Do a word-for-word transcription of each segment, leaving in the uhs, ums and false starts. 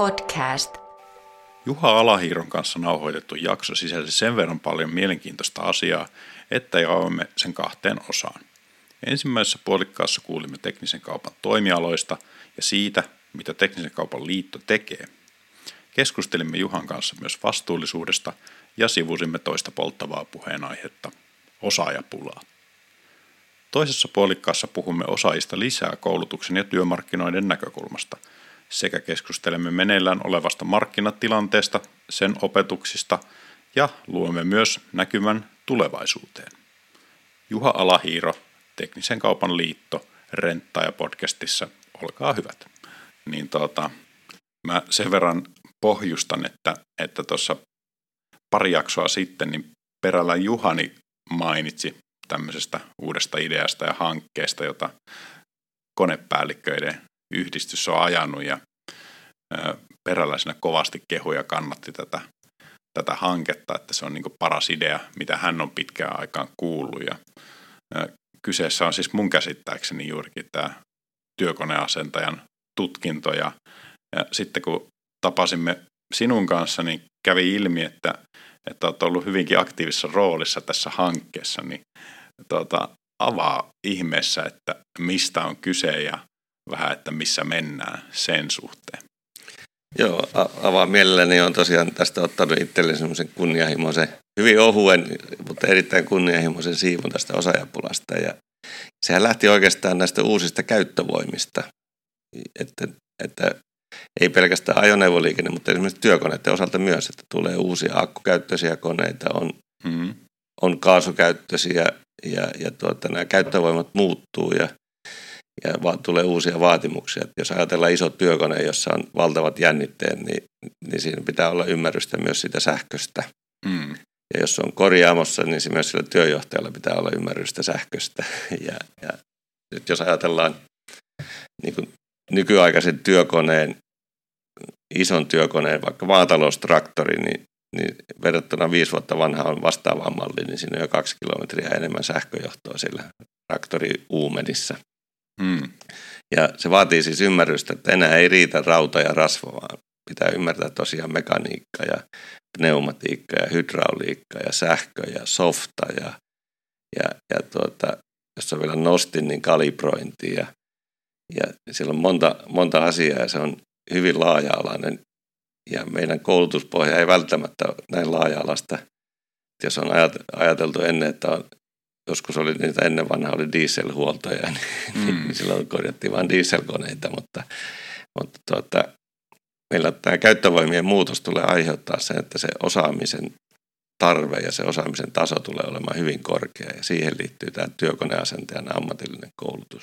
podcast. Juha Alahiiron kanssa nauhoitettu jakso sisälsi sen verran paljon mielenkiintoista asiaa, että jaoimme sen kahteen osaan. Ensimmäisessä puolikkaassa kuulimme teknisen kaupan toimialoista ja siitä, mitä teknisen kaupan liitto tekee. Keskustelimme Juhan kanssa myös vastuullisuudesta ja sivusimme toista polttavaa puheenaihetta, osaajapulaa. Toisessa puolikkaassa puhumme osaajista lisää koulutuksen ja työmarkkinoiden näkökulmasta sekä keskustelemme meneillään olevasta markkinatilanteesta, sen opetuksista ja luomme myös näkymän tulevaisuuteen. Juha Alahiiro, Teknisen kaupan liitto, Renttaaja-podcastissa, olkaa hyvät. Niin tuota, mä sen verran pohjustan, että että tuossa pari jaksoa sitten niin Perälän Juhani mainitsi tämmöisestä uudesta ideasta ja hankkeesta, jota konepäälliköiden yhdistys on ajanut, ja Peräläisenä kovasti kehuja kannatti tätä, tätä hanketta, että se on niin kuin paras idea, mitä hän on pitkään aikaan kuullut. Ja kyseessä on siis mun käsittääkseni juurikin tämä työkoneasentajan tutkinto, ja, ja sitten kun tapasimme sinun kanssa, niin kävi ilmi, että, että olet ollut hyvinkin aktiivisessa roolissa tässä hankkeessa, niin tuota, avaa ihmeessä, että mistä on kyse ja vähän, että missä mennään sen suhteen. Joo, avaa mielelläni. On tosiaan tästä ottanut itselleni semmoisen kunnianhimoisen, hyvin ohuen, mutta erittäin kunnianhimoisen siivun tästä osaajapulasta. Ja sehän lähti oikeastaan näistä uusista käyttövoimista, että, että ei pelkästään ajoneuvoliikenne, mutta esimerkiksi työkoneiden osalta myös, että tulee uusia akkukäyttöisiä koneita, on, mm-hmm. on kaasukäyttöisiä ja, ja tuota, nämä käyttövoimat muuttuu ja Ja va- tulee uusia vaatimuksia. Että jos ajatellaan iso työkone, jossa on valtavat jännitteet, niin, niin siinä pitää olla ymmärrystä myös siitä sähköstä. Mm. Ja jos on korjaamossa, niin myös sillä työjohtajalla pitää olla ymmärrystä sähköstä. Ja, ja nyt jos ajatellaan niin kuin nykyaikaisen työkoneen, ison työkoneen, vaikka maataloustraktori, niin, niin verrattuna viisi vuotta vanhaan vastaavaan malliin, niin siinä on jo kaksi kilometriä enemmän sähköjohtoa sillä traktori-uumenissa. Hmm. Ja se vaatii siis ymmärrystä, että enää ei riitä rauta ja rasva, vaan pitää ymmärtää tosiaan mekaniikka ja pneumatiikka ja hydrauliikka ja sähkö ja softa ja, ja, ja tuota, jos on vielä nostin, niin kalibrointi ja, ja siellä on monta, monta asiaa ja se on hyvin laaja-alainen ja meidän koulutuspohja ei välttämättä ole näin laaja-alaista. Jos on ajateltu ennen, että on joskus oli niitä ennen vanhaa oli dieselhuoltoja, niin, mm. niin silloin korjattiin vain dieselkoneita, mutta, mutta tuota, meillä tämä käyttövoimien muutos tulee aiheuttaa sen, että se osaamisen tarve ja se osaamisen taso tulee olemaan hyvin korkea, ja siihen liittyy tämä työkoneasentajan ammatillinen koulutus.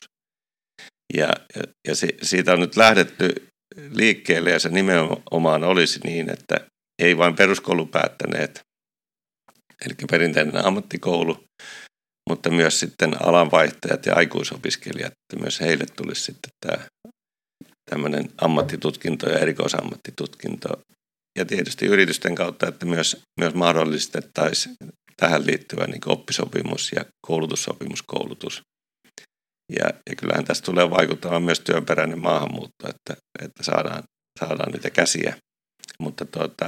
Ja, ja, ja si, siitä on nyt lähdetty liikkeelle, ja se nimenomaan olisi niin, että ei vain peruskoulun päättäneet, eli perinteinen ammattikoulu, mutta myös sitten alanvaihtajat ja aikuisopiskelijat, että myös heille tulisi sitten tämä tämmöinen ammattitutkinto ja erikoisammattitutkinto. Ja tietysti yritysten kautta, että myös, myös mahdollistettaisiin tähän liittyvä niin kuin oppisopimus ja koulutussopimuskoulutus. Ja, ja kyllähän tässä tulee vaikuttamaan myös työperäinen maahanmuutto, että, että saadaan, saadaan niitä käsiä. Mutta tuota,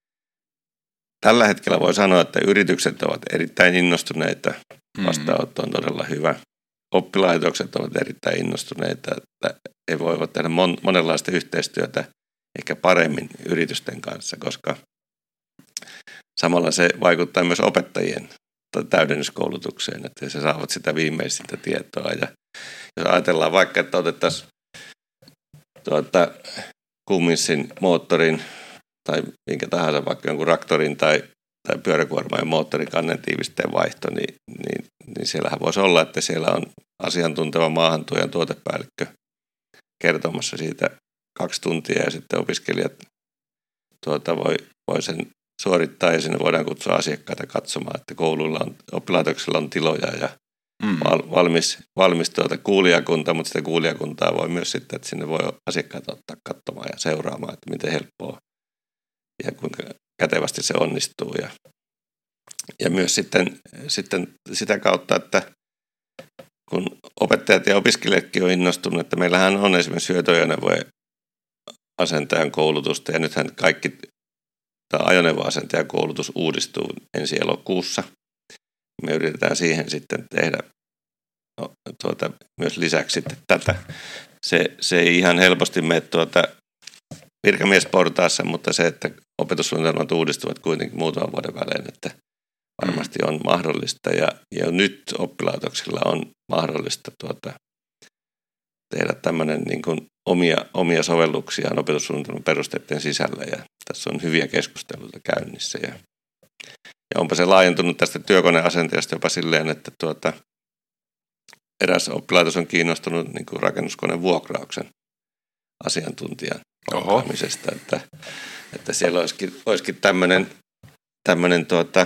tällä hetkellä voi sanoa, että yritykset ovat erittäin innostuneita. Vastaanotto on todella hyvä. Oppilaitokset ovat erittäin innostuneita, että he voivat tehdä mon- monenlaista yhteistyötä ehkä paremmin yritysten kanssa, koska samalla se vaikuttaa myös opettajien täydennyskoulutukseen, että he saavat sitä viimeisintä tietoa. Ja jos ajatellaan vaikka, että otettaisiin tuota, Cummingsin moottorin tai minkä tahansa, vaikka jonkun traktorin tai tai pyöräkuorma- ja moottorikannen tiivisteen vaihto, niin, niin, niin siellähän voisi olla, että siellä on asiantunteva maahantuojan tuotepäällikkö kertomassa siitä kaksi tuntia, ja sitten opiskelijat tuota, voi, voi sen suorittaa, ja sinne voidaan kutsua asiakkaita katsomaan, että kouluilla on, oppilaitoksilla on tiloja ja mm. val, valmis, valmis tuota kuulijakunta, mutta sitä kuulijakuntaa voi myös sitten, että sinne voi asiakkaita ottaa katsomaan ja seuraamaan, että miten helppoa ja kuinka kätevästi se onnistuu. Ja, ja myös sitten, sitten sitä kautta, että kun opettajat ja opiskelijatkin on innostunut, että meillähän on esimerkiksi hyötyajoneuvojen asentajan koulutusta ja nythän kaikki tämä ajoneuvoasentajan koulutus uudistuu ensi elokuussa. Me yritetään siihen sitten tehdä no, tuota, myös lisäksi sitten tätä. Se, se ei ihan helposti mene tuota virkamiesportaassa, mutta se, että opetussuunnitelmat uudistuvat kuitenkin muutaman vuoden välein, että varmasti on mahdollista. Ja, ja nyt oppilaitoksilla on mahdollista tuota, tehdä tämmöinen niin kuin omia, omia sovelluksia opetussuunnitelman perusteiden sisällä. Ja tässä on hyviä keskusteluita käynnissä. Ja, ja onpa se laajentunut tästä työkoneasentajasta jopa silleen, että tuota, eräs oppilaitos on kiinnostunut niin kuin rakennuskoneen vuokrauksen asiantuntijan palkkaamisesta, että, että siellä olisikin, olisikin tämmöinen, tämmöinen tuota,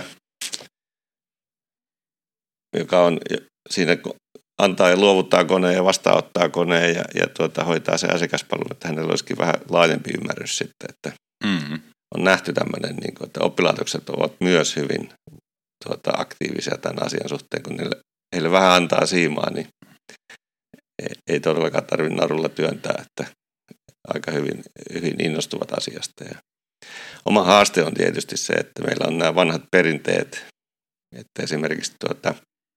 joka on siinä antaa ja luovuttaa koneen ja vastaanottaa koneen ja, ja tuota, hoitaa se asiakaspalvelu, että hänellä olisikin vähän laajempi ymmärrys sitten, että mm-hmm. on nähty tämmöinen, niin kuin, että oppilaitokset ovat myös hyvin tuota, aktiivisia tämän asian suhteen, kun niille, heille vähän antaa siimaa, niin ei, ei todellakaan tarvitse narulla työntää, että aika hyvin, hyvin innostuvat asiasta. Ja oma haaste on tietysti se, että meillä on nämä vanhat perinteet, että esimerkiksi tuota,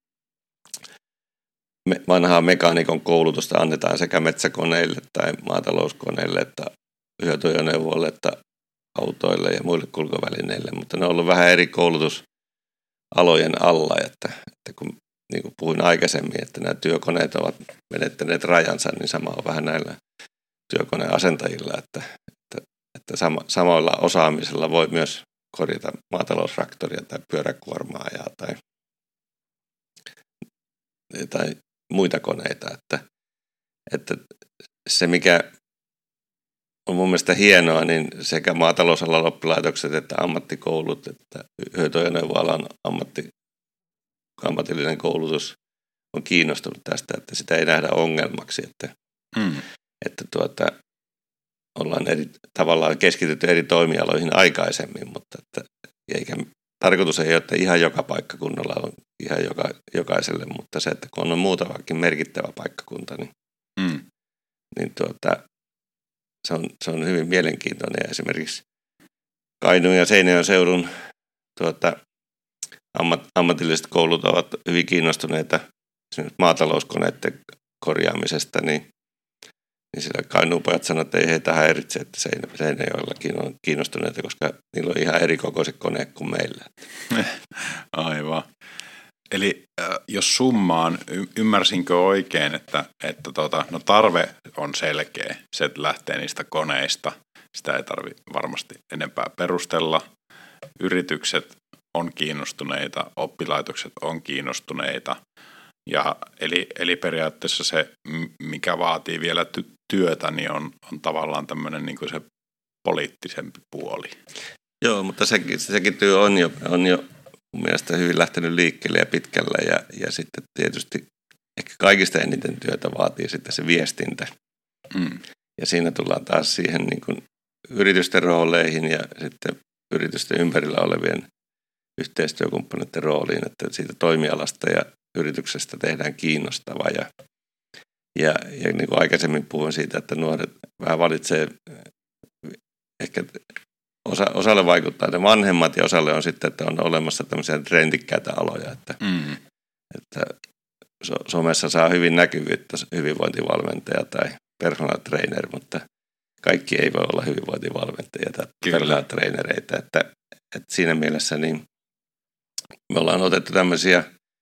me, vanhaa mekaanikon koulutusta annetaan sekä metsäkoneille tai maatalouskoneille että hyötyajoneuvoille että autoille ja muille kulkuvälineille, mutta ne on ollut vähän eri koulutusalojen alla, että, että kun niin kuin puhuin aikaisemmin, että nämä työkoneet ovat menettäneet rajansa, niin sama on vähän näillä työkoneasentajilla, että, että, että sama, samoilla osaamisella voi myös korjata maataloustraktoria tai pyöräkuormaajaa tai, tai muita koneita. Että, että se, mikä on mun mielestä hienoa, niin sekä maatalousalan oppilaitokset että ammattikoulut, että hyötyajoneuvoalan ammatti, ammatillinen koulutus on kiinnostunut tästä, että sitä ei nähdä ongelmaksi, että mm. että tuota, ollaan eri, tavallaan keskitytty eri toimialoihin aikaisemmin, mutta että, eikä, tarkoitus ei ole, että ihan joka paikkakunnalla on ihan joka, jokaiselle, mutta se, että kun on muutamakin merkittävä paikkakunta, niin, mm. niin tuota, se, on, se on hyvin mielenkiintoinen. Ja esimerkiksi Kainuun ja Seinäjoen seudun tuota, ammat, ammatilliset koulut ovat hyvin kiinnostuneita maatalouskoneiden korjaamisesta, niin niin sillä Kainuun pojat sanoivat, että ei heitä häiritse, että Seinäjoellakin on kiinnostuneita, koska niillä on ihan eri kokoiset koneet kuin meillä. Aivan. Eli äh, jos summaan, y- ymmärsinkö oikein, että, että tota, no tarve on selkeä, se lähtee niistä koneista, sitä ei tarvitse varmasti enempää perustella. Yritykset on kiinnostuneita, oppilaitokset on kiinnostuneita. Ja eli, eli periaatteessa se, mikä vaatii vielä ty- työtä, niin on, on tavallaan tämmöinen niin kuin se poliittisempi puoli. Joo, mutta sekin, sekin työ on jo, on jo mun mielestä hyvin lähtenyt liikkeelle ja pitkällä. Ja, ja sitten tietysti ehkä kaikista eniten työtä vaatii sitten se viestintä. Mm. Ja siinä tullaan taas siihen niin kuin yritysten rooleihin ja sitten yritysten ympärillä olevien yhteistyökumppaneiden rooliin, että siitä toimialasta ja yrityksestä tehdään kiinnostava. Ja, ja, ja niin kuin aikaisemmin puhuin siitä, että nuoret vähän valitsee, ehkä osa, osalle vaikuttaa ne vanhemmat ja osalle on sitten, että on olemassa tämmöisiä trendikkäitä aloja, että, mm. että so, somessa saa hyvin näkyvyyttä hyvinvointivalmentaja tai personal trainer, mutta kaikki ei voi olla hyvinvointivalmentajia tai personal trainereita, että, että siinä mielessä niin me ollaan otettu tämmöisiä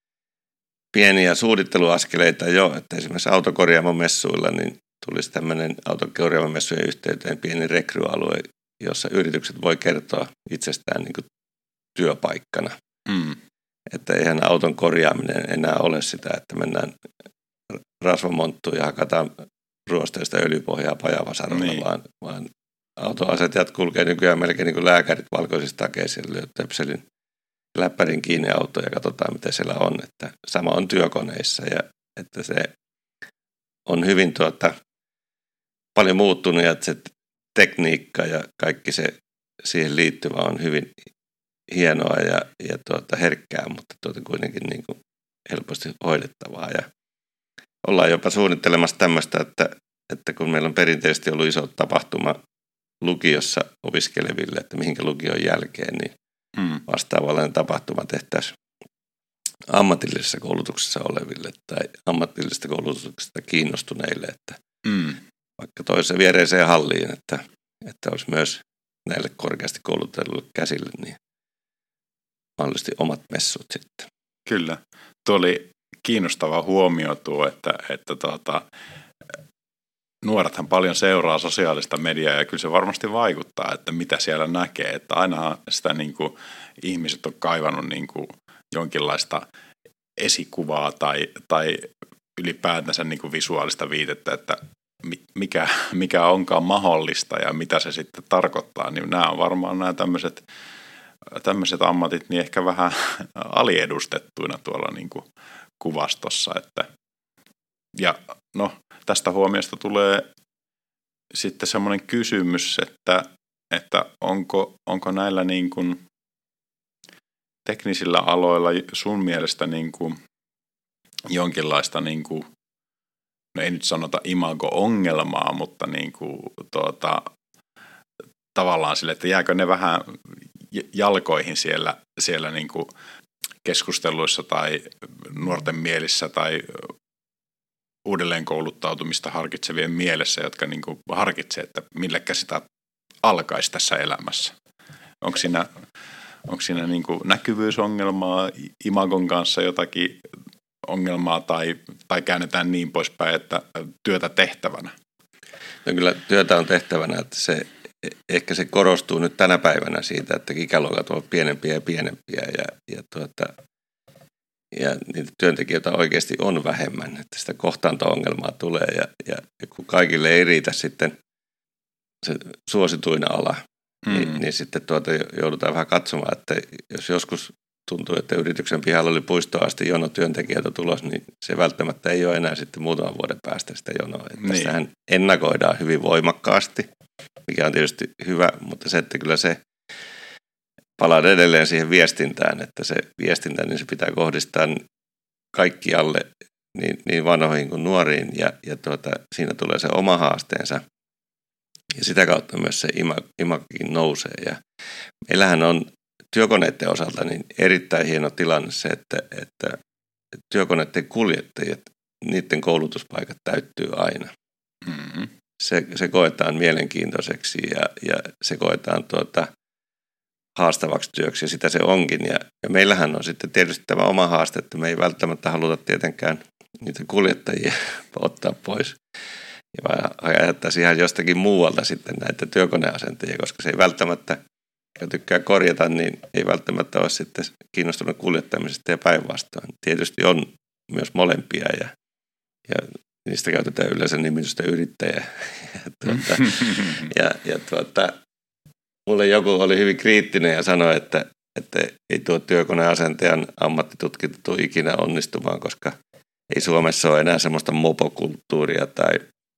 pieniä suunnitteluaskeleita jo, että esimerkiksi autokorjaamomessuilla niin tulisi tämmöinen autokorjaamomessujen yhteyteen pieni rekryalue, jossa yritykset voi kertoa itsestään niin kuin työpaikkana. Mm. Että eihän auton korjaaminen enää ole sitä, että mennään rasvamonttuun ja hakataan ruosteista öljypohjaa pajavasaralla, niin. vaan, vaan autoasentajat kulkee nykyään melkein niin kuin lääkärit valkoisissa takeissa ja lyö töpselin läppärin kiinni auto ja katsotaan, mitä siellä on. Että sama on työkoneissa ja että se on hyvin tuota, paljon muuttunut ja että se tekniikka ja kaikki se siihen liittyvä on hyvin hienoa ja, ja tuota, herkkää, mutta tuota kuitenkin niin kuin helposti hoidettavaa. Ja ollaan jopa suunnittelemassa tämmöistä, että, että kun meillä on perinteisesti ollut iso tapahtuma lukiossa opiskeleville, että mihinkä lukion jälkeen, niin mm. vastaavallainen tapahtuma tehtäisiin ammatillisessa koulutuksessa oleville tai ammatillisesta koulutuksesta kiinnostuneille, että mm. vaikka toiseen viereiseen halliin, että, että olisi myös näille korkeasti koulutetuille käsille niin mahdollisesti omat messut sitten. Kyllä. Tuo oli kiinnostava huomio tuo, että, että tuota, nuorethan paljon seuraa sosiaalista mediaa ja kyllä se varmasti vaikuttaa, että mitä siellä näkee. Että aina sitä niin kuin, ihmiset on kaivannut niin kuin, jonkinlaista esikuvaa tai, tai ylipäätänsä niin kuin visuaalista viitettä, että mikä, mikä onkaan mahdollista ja mitä se sitten tarkoittaa. Niin nämä on varmaan nämä tämmöiset tämmöiset ammatit niin ehkä vähän aliedustettuina tuolla niin kuin kuvastossa. Että. Ja no, tästä huomiosta tulee sitten semmoinen kysymys, että, että onko, onko näillä niin kuin teknisillä aloilla sun mielestä niin kuin jonkinlaista, niin kuin, no ei nyt sanota imago-ongelmaa, mutta niin kuin, tuota, tavallaan sille, että jääkö ne vähän jalkoihin siellä, siellä niin kuin keskusteluissa tai nuorten mielissä tai uudelleen kouluttautumista harkitsevien mielessä, jotka niin kuin harkitsee, että millekä sitä alkaisi tässä elämässä. Onko siinä, onko siinä niin kuin näkyvyysongelmaa, imagon kanssa jotakin ongelmaa tai, tai käännetään niin poispäin, että työtä tehtävänä? No kyllä työtä on tehtävänä, että se ehkä se korostuu nyt tänä päivänä siitä, että ikäluokat ovat pienempiä ja pienempiä ja, ja, tuota, ja niitä työntekijöitä oikeasti on vähemmän, että sitä kohtaanto-ongelmaa tulee ja, ja, ja kun kaikille ei riitä sitten se suosituin ala, mm. niin, niin sitten tuota joudutaan vähän katsomaan, että jos joskus tuntuu, että yrityksen pihalla oli puistoon asti jono työntekijöitä tulos, niin se välttämättä ei ole enää sitten muutaman vuoden päästä sitä jonoa. Että niin. Sitähän ennakoidaan hyvin voimakkaasti, mikä on tietysti hyvä, mutta se, että kyllä se palaa edelleen siihen viestintään, että se viestintä, niin se pitää kohdistaa kaikkialle, niin, niin vanhoihin kuin nuoriin, ja, ja tuota, siinä tulee se oma haasteensa, ja sitä kautta myös se ima, imakin nousee, ja meillähän on työkoneiden osalta niin erittäin hieno tilanne se, että, että työkoneiden kuljettajat, niiden koulutuspaikat täyttyy aina. Mm-hmm. Se, se koetaan mielenkiintoiseksi ja, ja se koetaan tuota, haastavaksi työksi ja sitä se onkin. Ja, ja meillähän on sitten tietysti tämä oma haaste, että me ei välttämättä haluta tietenkään niitä kuljettajia ottaa pois. Ja vaan ajattaisiin ihan jostakin muualta sitten näitä työkoneasentajia, koska se ei välttämättä, joka tykkää korjata, niin ei välttämättä ole sitten kiinnostunut kuljettamisesta ja päinvastoin. Tietysti on myös molempia ja, ja niistä käytetään yleensä nimitystä yrittäjä. ja, tuota, ja, ja tuota, mulle joku oli hyvin kriittinen ja sanoi, että, että ei tuo työkoneasentajan ammattitutkinto tule ikinä onnistumaan, koska ei Suomessa ole enää semmoista mopokulttuuria tai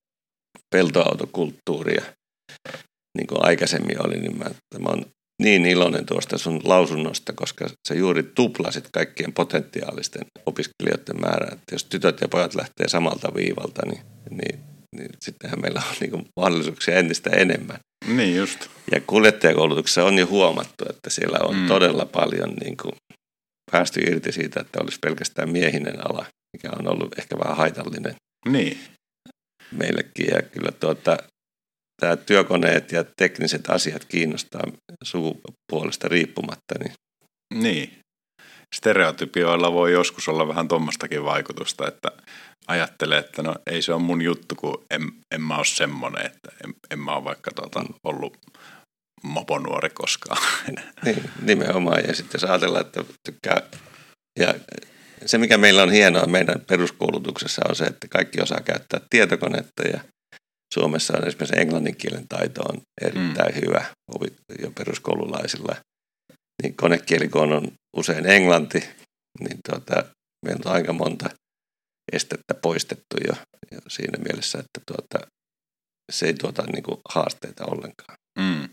peltoautokulttuuria, niin kuin aikaisemmin oli. Niin mä, mä oon niin iloinen tuosta sun lausunnosta, koska sä juuri tuplasit kaikkien potentiaalisten opiskelijoiden määrää. Että jos tytöt ja pojat lähtee samalta viivalta, niin, niin, niin sittenhän meillä on niin kuin mahdollisuuksia entistä enemmän. Niin just. Ja kuljettajakoulutuksessa on jo huomattu, että siellä on mm. todella paljon niin kuin päästy irti siitä, että olisi pelkästään miehinen ala, mikä on ollut ehkä vähän haitallinen niin. meillekin. Ja kyllä tuota, tämä työkoneet ja tekniset asiat kiinnostaa sukupuolesta riippumatta. Niin. niin. Stereotypioilla voi joskus olla vähän tuommoistakin vaikutusta, että ajattelee, että no ei se ole mun juttu, kun en, en mä ole semmoinen, että en, en mä ole vaikka tuota, ollut moponuori koskaan. Niin, nimenomaan. Ja sitten jos ajatellaan, että tykkää. Ja se, mikä meillä on hienoa meidän peruskoulutuksessa on se, että kaikki osaa käyttää tietokonetta ja Suomessa on esimerkiksi englannin kielen taito on erittäin mm. hyvä jo peruskoululaisilla. Niin konekieli, kun on usein englanti, niin tuota, meillä on aika monta estettä poistettu jo, jo siinä mielessä, että tuota, se ei tuota niin kuin haasteita ollenkaan. Mm.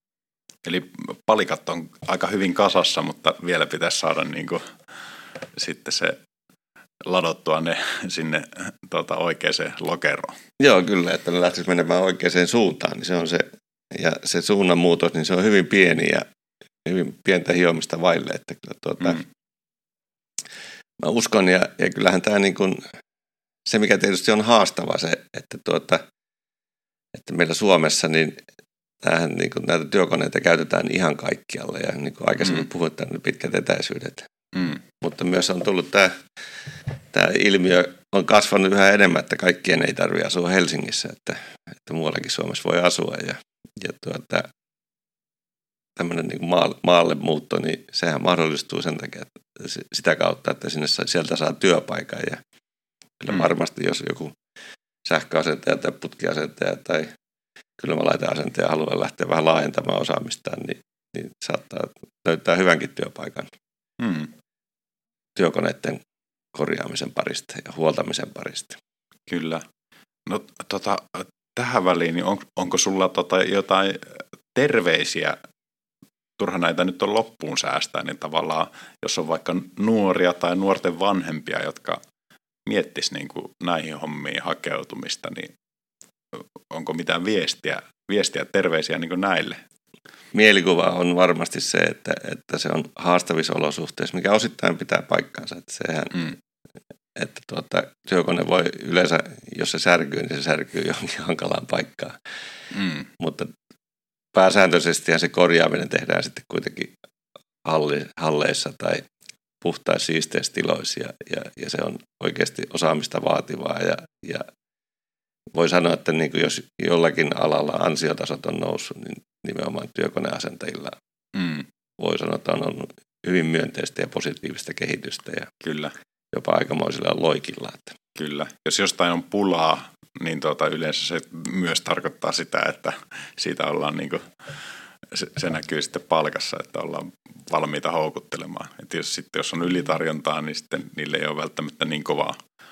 Eli palikat on aika hyvin kasassa, mutta vielä pitäisi saada niin kuin, sitten se ladottua ne sinne tuota, oikeaan lokeroon. Joo, kyllä, että ne lähtisivät menemään oikeaan suuntaan, niin se on se ja se suunnanmuutos, niin se on hyvin pieni ja hyvin pientä hiomista vaille, että kyllä tuota, mm. mä uskon, ja, ja kyllähän tämä niin kuin, se mikä tietysti on haastava se, että, tuota, että meillä Suomessa niin tämähän niin kuin näitä työkoneita käytetään ihan kaikkialle ja niin kuin aikaisemmin mm. puhuin, ne pitkät etäisyydet. Mm. Mutta myös on tullut tämä, tämä ilmiö, on kasvanut yhä enemmän, että kaikkien ei tarvitse asua Helsingissä, että, että muuallakin Suomessa voi asua. Ja, ja tuota, tämmöinen niin kuin maalle, maalle muutto, niin sehän mahdollistuu sen takia, että sitä kautta, että sinne sieltä saa työpaikan. Ja kyllä mm. varmasti, jos joku sähköasentaja tai putkiasentaja tai kylmälaiteasentaja haluaa lähteä vähän laajentamaan osaamistaan, niin, niin saattaa löytää hyvänkin työpaikan mm. työkoneiden korjaamisen parista ja huoltamisen parista. Kyllä. No tota, tähän väliin, niin on, onko sulla tota jotain terveisiä, turha näitä nyt on loppuun säästää, niin tavallaan, jos on vaikka nuoria tai nuorten vanhempia, jotka miettis niin kuin näihin hommiin hakeutumista, niin onko mitään viestiä, viestiä terveisiä niin kuin näille? Mielikuva on varmasti se, että, että se on haastavissa olosuhteissa, mikä osittain pitää paikkaansa. Että sehän, mm. että tuota, työkone voi yleensä, jos se särkyy, niin se särkyy johonkin hankalaan paikkaan. Mm. Mutta pääsääntöisesti se korjaaminen tehdään sitten kuitenkin halli, halleissa tai puhtaissa siisteissä tiloissa ja, ja, ja se on oikeasti osaamista vaativaa ja, ja voi sanoa, että niin kuin jos jollakin alalla ansiotasot on noussut, niin nimenomaan työkoneasentajilla mm. voi sanoa, että on ollut hyvin myönteistä ja positiivista kehitystä ja Kyllä. jopa aikamoisilla loikilla. Että. Kyllä. Jos jostain on pulaa, niin tuota, yleensä se myös tarkoittaa sitä, että siitä ollaan niin kuin, se, se näkyy sitten palkassa, että ollaan valmiita houkuttelemaan. Että jos, sitten, jos on ylitarjontaa, niin sitten niille ei ole välttämättä niin kovaa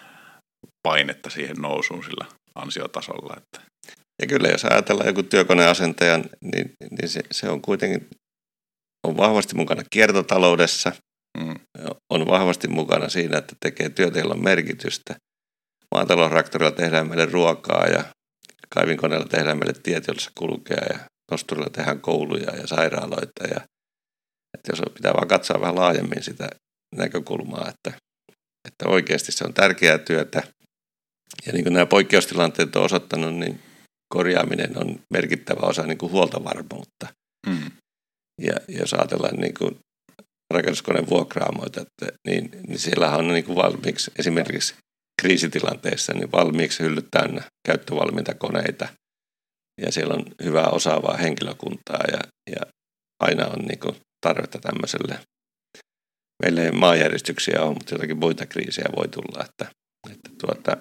painetta siihen nousuun sillä ansiotasolla. Että. Ja kyllä, jos ajatellaan joku työkoneasentajan, niin, niin se, se on kuitenkin on vahvasti mukana kiertotaloudessa, mm. on vahvasti mukana siinä, että tekee työtä, jolla on merkitystä. Maataloustraktorilla tehdään meille ruokaa ja kaivinkoneella tehdään meille tiet, joilla se kulkee ja nosturilla tehdään kouluja ja sairaaloita. Ja, että jos pitää vaan katsoa vähän laajemmin sitä näkökulmaa, että, että oikeasti se on tärkeää työtä. Ja niin kuin nämä poikkeustilanteet on osoittanut, niin korjaaminen on merkittävä osa niin kuin huoltovarmuutta. Mm. Ja jos ajatellaan niin kuin rakennuskoneen vuokraamoita, että, niin, niin siellähän on niin kuin valmiiksi esimerkiksi kriisitilanteessa niin valmiiksi hyllyt täynnä käyttövalmiita koneita. Ja siellä on hyvää osaavaa henkilökuntaa ja, ja aina on niin kuin tarvetta tämmöiselle. Meillä ei maanjäristyksiä ole, mutta jotakin muita kriisejä voi tulla, että, että tuota,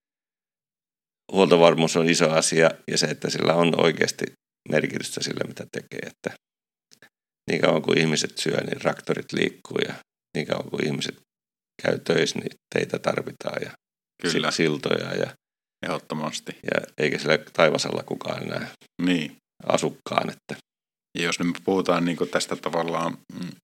huoltovarmuus on iso asia ja se, että sillä on oikeasti merkitystä sille, mitä tekee. Että niin kauan kuin ihmiset syö, niin traktorit liikkuu ja niin kauan kuin ihmiset käy töissä, niin teitä tarvitaan ja Kyllä. siltoja. Ja, ehdottomasti. Ja eikä sillä taivasalla kukaan enää niin. asukkaan. Että. Ja jos nyt me puhutaan niin kuin tästä tavallaan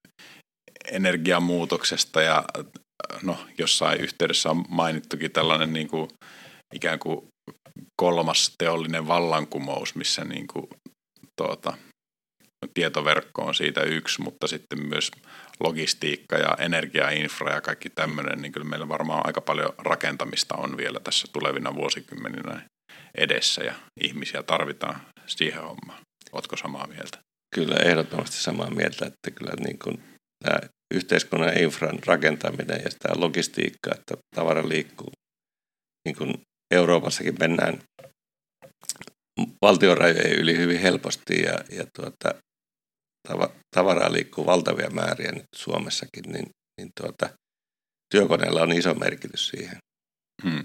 energiamuutoksesta ja no, jossain yhteydessä on mainittukin tällainen niin kuin, ikään kuin kolmas teollinen vallankumous, missä niin kuin, tuota, tietoverkko on siitä yksi, mutta sitten myös logistiikka ja energiainfra ja kaikki tämmöinen, niin kyllä meillä varmaan aika paljon rakentamista on vielä tässä tulevina vuosikymmeninä edessä ja ihmisiä tarvitaan siihen hommaan. Ootko samaa mieltä? Kyllä, ehdottomasti samaa mieltä, että kyllä niin kuin tämä yhteiskunnan infran rakentaminen ja tämä logistiikka, että tavara liikkuu. Niin kuin Euroopassakin mennään valtionrajojen yli hyvin helposti ja, ja tuota, tavaraa liikkuu valtavia määriä nyt Suomessakin, niin, niin tuota, työkoneella on iso merkitys siihen. Hmm.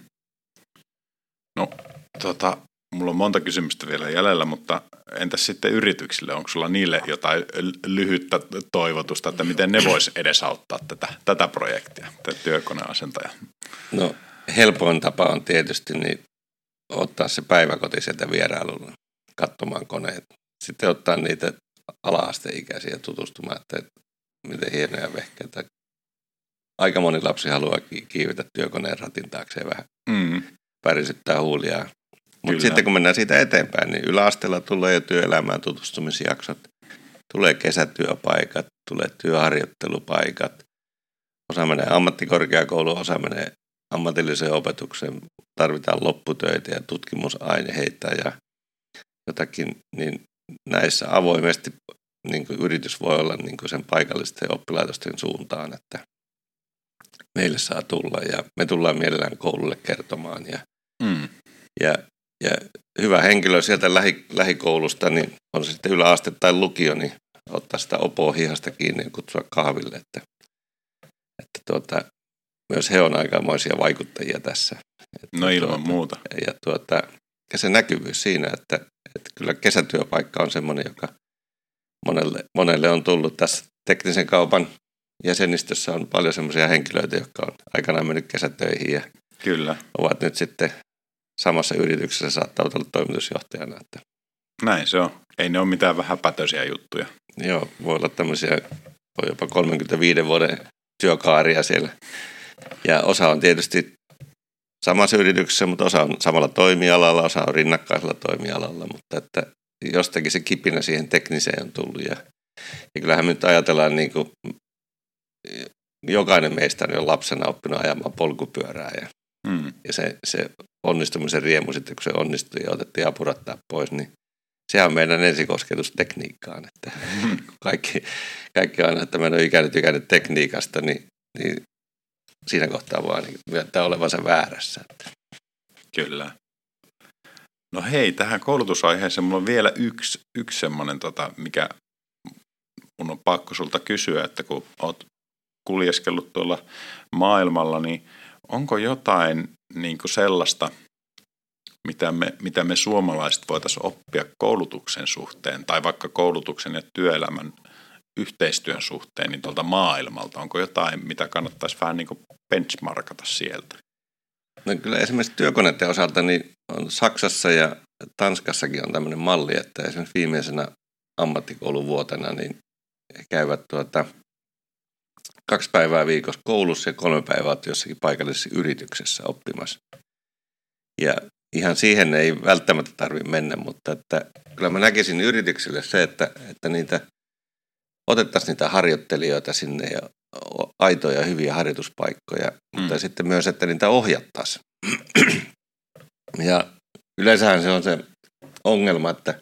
No, tota, mulla on monta kysymystä vielä jäljellä, mutta entäs sitten yrityksille? Onko sulla niille jotain lyhyttä toivotusta, että miten ne vois edesauttaa tätä, tätä projektia, tätä työkoneasentajaa? No, helpoin tapa on tietysti niin ottaa se päiväkoti sieltä vierailulla katsomaan koneet. Sitten ottaa niitä ala-asteikäisiä tutustumaan, että miten hienoja vehkeitä. Aika moni lapsi haluaa kiivetä työkoneen ratin taakse vähän mm. pärisyttää huulia Mutta sitten kun mennään siitä eteenpäin, niin yläasteella tulee jo työelämään tutustumisjaksot, tulee kesätyöpaikat, tulee työharjoittelupaikat, osa menee ammattikorkeakouluun, osa menee ammatilliseen opetukseen, tarvitaan lopputöitä ja tutkimusaineita ja jotakin, niin näissä avoimesti niin kuin yritys voi olla niin kuin sen paikallisten oppilaitosten suuntaan, että meille saa tulla ja me tullaan mielellään koululle kertomaan. Ja, mm. ja, ja hyvä henkilö sieltä lähi, lähikoulusta, niin on se sitten yläaste tai lukio, niin ottaa sitä opoa hihasta kiinni ja kutsua kahville. Että, että tuota, myös he on aikamoisia vaikuttajia tässä. Että no ilman tuota, muuta. Ja, tuota, ja se näkyvyys siinä, että, että kyllä kesätyöpaikka on semmoinen, joka monelle, monelle on tullut tässä teknisen kaupan jäsenistössä on paljon semmoisia henkilöitä, jotka on aikanaan mennyt kesätöihin ja kyllä. ovat nyt sitten samassa yrityksessä saattavat olla toimitusjohtajana. Että näin se on. Ei ne ole mitään vähäpätöisiä juttuja. Joo, voi olla tämmöisiä, voi jopa kolmekymmentäviiden vuoden työkaaria siellä. Ja osa on tietysti samassa yrityksessä, mutta osa on samalla toimialalla, osa on rinnakkaisella toimialalla, mutta että jostakin se kipinä siihen tekniseen on tullut. Ja, ja kyllähän me nyt ajatellaan niin kuin jokainen meistä on jo lapsena oppinut ajamaan polkupyörää ja, mm. ja se, se onnistumisen riemu sitten, kun se onnistui ja otettiin apurattaa pois, niin sehän on meidän ensikosketus tekniikkaan. Että mm. kaikki, kaikki aina, että mä en ole ikänyt ikänyt tekniikasta, niin, niin siinä kohtaa vaan niin myöntää olevansa väärässä. Että. Kyllä. No hei, tähän koulutusaiheeseen mulla on vielä yksi, yksi semmoinen, tota, mikä mun on pakko sulta kysyä, että kun oot kuljeskellut tuolla maailmalla, niin onko jotain niin kuin sellaista, mitä me, mitä me suomalaiset voitaisiin oppia koulutuksen suhteen tai vaikka koulutuksen ja työelämän yhteistyön suhteen niin tuolta maailmalta? Onko jotain, mitä kannattaisi vähän niin kuin benchmarkata sieltä? No kyllä esimerkiksi työkoneiden osalta niin on Saksassa ja Tanskassakin on tämmöinen malli, että esimerkiksi viimeisenä ammattikouluvuotena niin he käyvät tuota kaksi päivää viikossa koulussa ja kolme päivää jossakin paikallisessa yrityksessä oppimassa. Ja ihan siihen ei välttämättä tarvitse mennä, mutta että kyllä mä näkisin yrityksille se, että, että niitä otettaisiin niitä harjoittelijoita sinne ja aitoja hyviä harjoituspaikkoja, mm. mutta sitten myös, että niitä ohjattaisiin. Ja yleensähän se on se ongelma, että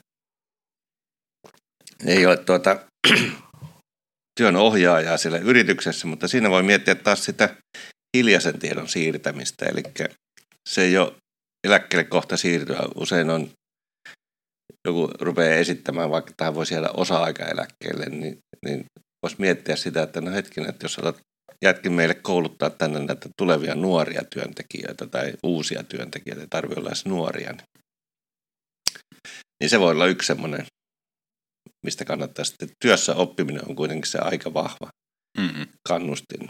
ei ole tuota työn ohjaajaa siellä yrityksessä, mutta siinä voi miettiä taas sitä hiljaisen tiedon siirtämistä, eli se ei ole eläkkeelle kohta siirtyä. Usein on, joku rupeaa esittämään, vaikka tähän voisi jäädä osa-aikaeläkkeelle, niin, niin voisi miettiä sitä, että no hetkinen, että jos olet jätkin meille kouluttaa tänne näitä tulevia nuoria työntekijöitä tai uusia työntekijöitä, ei tarvitse olla edes nuoria, niin, niin se voi olla yksi semmoinen, mistä kannattaa sitten. Työssä oppiminen on kuitenkin se aika vahva mm-hmm. kannustin.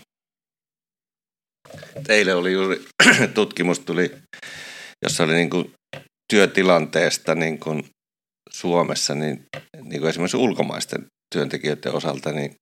Teille oli juuri tutkimus tuli, jossa oli niin kuin työtilanteesta niin kuin Suomessa, niin, niin kuin esimerkiksi ulkomaisten työntekijöiden osalta, niin,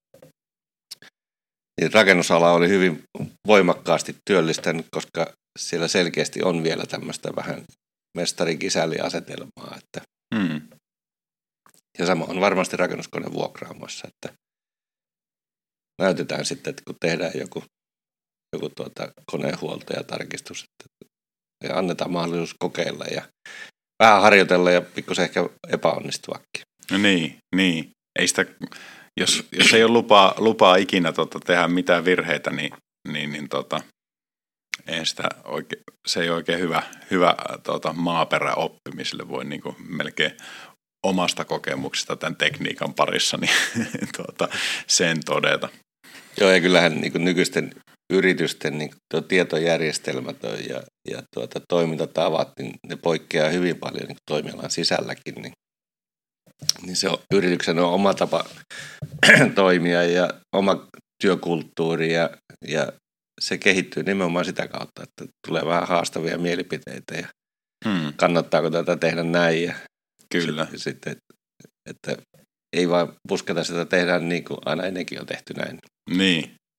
niin rakennusala oli hyvin voimakkaasti työllistänyt, koska siellä selkeästi on vielä tämmöistä vähän mestari-kisälli-asetelmaa. Että mm. Ja sama on varmasti rakennuskoneen vuokraamoissa, että näytetään sitten, että kun tehdään joku, joku tuota koneenhuolto ja tarkistus, että ja annetaan mahdollisuus kokeilla ja vähän harjoitella ja pikkusen ehkä epäonnistuakin. No niin, niin. Ei sitä, jos, jos ei ole lupaa, lupaa ikinä tota, tehdä mitään virheitä, niin, niin, niin tota, ei sitä oike, se ei ole oikein hyvä, hyvä tota, maaperä oppimiselle. Voi niin kuin melkein omasta kokemuksesta tämän tekniikan parissa niin, tuota, sen todeta. Joo, ja kyllähän niin kuin nykyisten yritysten niin tuo tietojärjestelmät ja, ja tuota, toimintatavat, niin ne poikkeaa hyvin paljon niin toimialan sisälläkin. Niin, niin se on, yrityksen on oma tapa toimia ja oma työkulttuuri ja, ja se kehittyy nimenomaan sitä kautta, että tulee vähän haastavia mielipiteitä ja hmm. kannattaako tätä tehdä näin. Ja kyllä. Sitten, että, että ei vaan pusketa sitä tehdään niin kuin aina ennenkin on tehty näin. Niin.